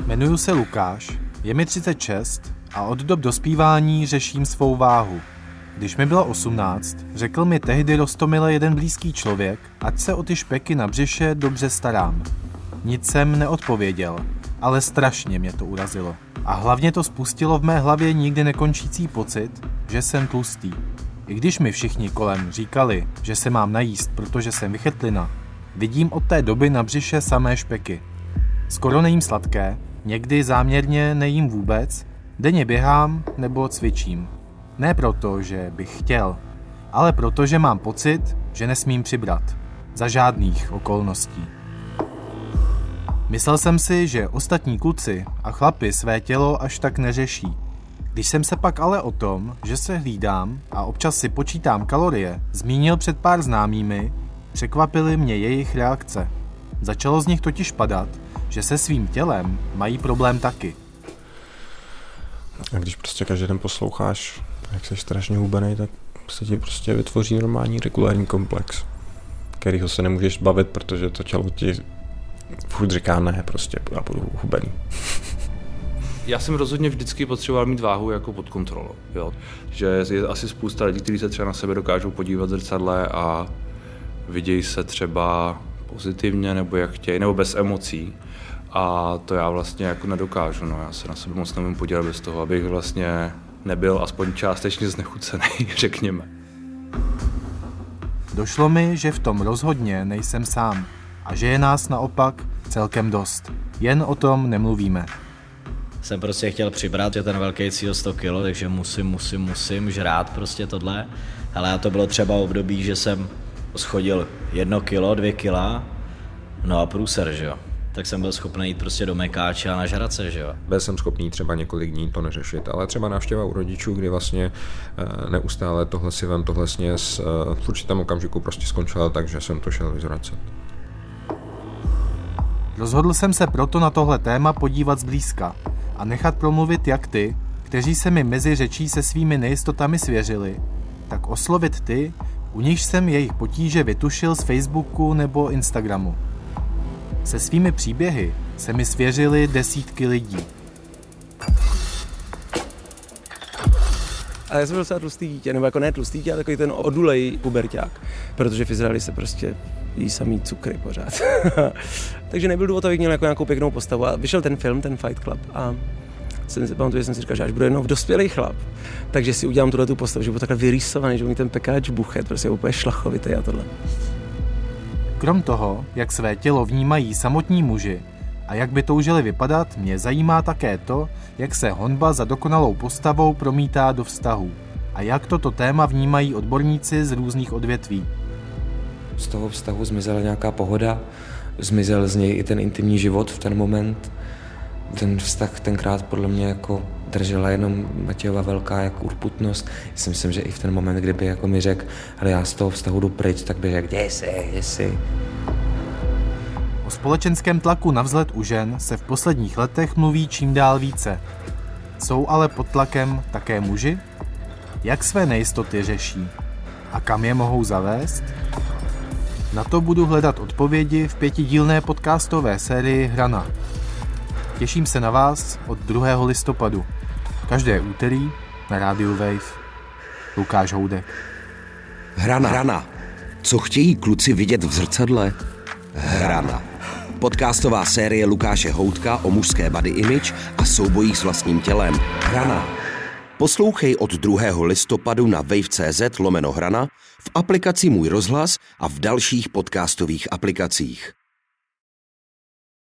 Jmenuji se Lukáš, je mi 36 a od dob dospívání řeším svou váhu. Když mi bylo 18, řekl mi tehdy roztomile jeden blízký člověk, ať se o ty špeky na břiše dobře starám. Nic jsem neodpověděl, ale strašně mě to urazilo. A hlavně to spustilo v mé hlavě nikdy nekončící pocit, že jsem tlustý. I když mi všichni kolem říkali, že se mám najíst, protože jsem vychrtlina, vidím od té doby na břiše samé špeky. Skoro nejím sladké, někdy záměrně nejím vůbec, denně běhám nebo cvičím. Ne proto, že bych chtěl, ale proto, že mám pocit, že nesmím přibrat. Za žádných okolností. Myslel jsem si, že ostatní kluci a chlapi své tělo až tak neřeší. Když jsem se pak ale o tom, že se hlídám a občas si počítám kalorie, zmínil před pár známými, překvapily mě jejich reakce. Začalo z nich totiž padat, že se svým tělem mají problém taky. A když prostě každý den posloucháš, jak jsi strašně hubenej, tak se ti prostě vytvoří normální regulární komplex, kterýho se nemůžeš bavit, protože to tělo ti furt říká ne, prostě já budu hubený. Já jsem rozhodně vždycky potřeboval mít váhu jako pod kontrolou, jo. Že je asi spousta lidí, kteří se třeba na sebe dokážou podívat v zrcadle a vidějí se třeba pozitivně nebo jak chtějí, nebo bez emocí. A to já vlastně jako nedokážu, no. Já se na sebe moc nemůžu podívat bez toho, abych vlastně nebyl aspoň částečně znechucený, řekněme. Došlo mi, že v tom rozhodně nejsem sám a že je nás naopak celkem dost. Jen o tom nemluvíme. Jsem prostě chtěl přibrat, že ten velký cíl 100 kg, takže musím žrát prostě tohle. Ale a to bylo třeba období, že jsem schodil 1 kilo, 2 kila, no a průser, že jo. Tak jsem byl schopný jít prostě do Mekáče a nažrat se, že jo. Byl jsem schopný třeba několik dní to neřešit, ale třeba návštěva u rodičů, kdy vlastně neustále tohle si vem, tohle sněz, v určitém okamžiku prostě skončila, takže jsem to šel vyzvracet. Rozhodl jsem se proto na tohle téma podívat zblízka a nechat promluvit jak ty, kteří se mi mezi řečí se svými nejistotami svěřili, tak oslovit ty, u nichž jsem jejich potíže vytušil z Facebooku nebo Instagramu. Se svými příběhy se mi svěřili desítky lidí. A já jsem byl docela tlustý dítě, nebo jako ne tlustý dítě, ale takový ten odulej puberťák, protože v Izraeli se prostě jí samý cukry pořád. Takže nebyl důvod, abych měl jako nějakou pěknou postavu. A vyšel ten film, ten Fight Club, a jsem si pamatuju, že jsem si říkal, že až budu jednou dospělý chlap, takže si udělám tuhletu postavu, že budu takhle vyrýsovaný, že budu mít ten pekáč buchet, prostě úplně šlachovitý a tohle. Krom toho, jak své tělo vnímají samotní muži a jak by toužili vypadat, mě zajímá také to, jak se honba za dokonalou postavou promítá do vztahů a jak toto téma vnímají odborníci z různých odvětví. Z toho vztahu zmizela nějaká pohoda, zmizel z něj i ten intimní život v ten moment. Ten vztah tenkrát podle mě jako držela jenom Matějova velká jako urputnost. Já si myslím, že i v ten moment, kdyby jako mi řekl, ale já z toho vztahu jdu pryč, tak by řekl, kde jsi. O společenském tlaku na vzhled u žen se v posledních letech mluví čím dál více. Jsou ale pod tlakem také muži? Jak své nejistoty řeší? A kam je mohou zavést? Na to budu hledat odpovědi v 5dílné podcastové sérii Hrana. Těším se na vás od 2. listopadu. Každé úterý na rádiu Wave. Lukáš Houdek. Hrana. Co chtějí kluci vidět v zrcadle? Hrana. Podcastová série Lukáše Houdka o mužské body image a soubojích s vlastním tělem. Hrana. Poslouchej od 2. listopadu na wave.cz/Hrana, v aplikaci Můj rozhlas a v dalších podcastových aplikacích.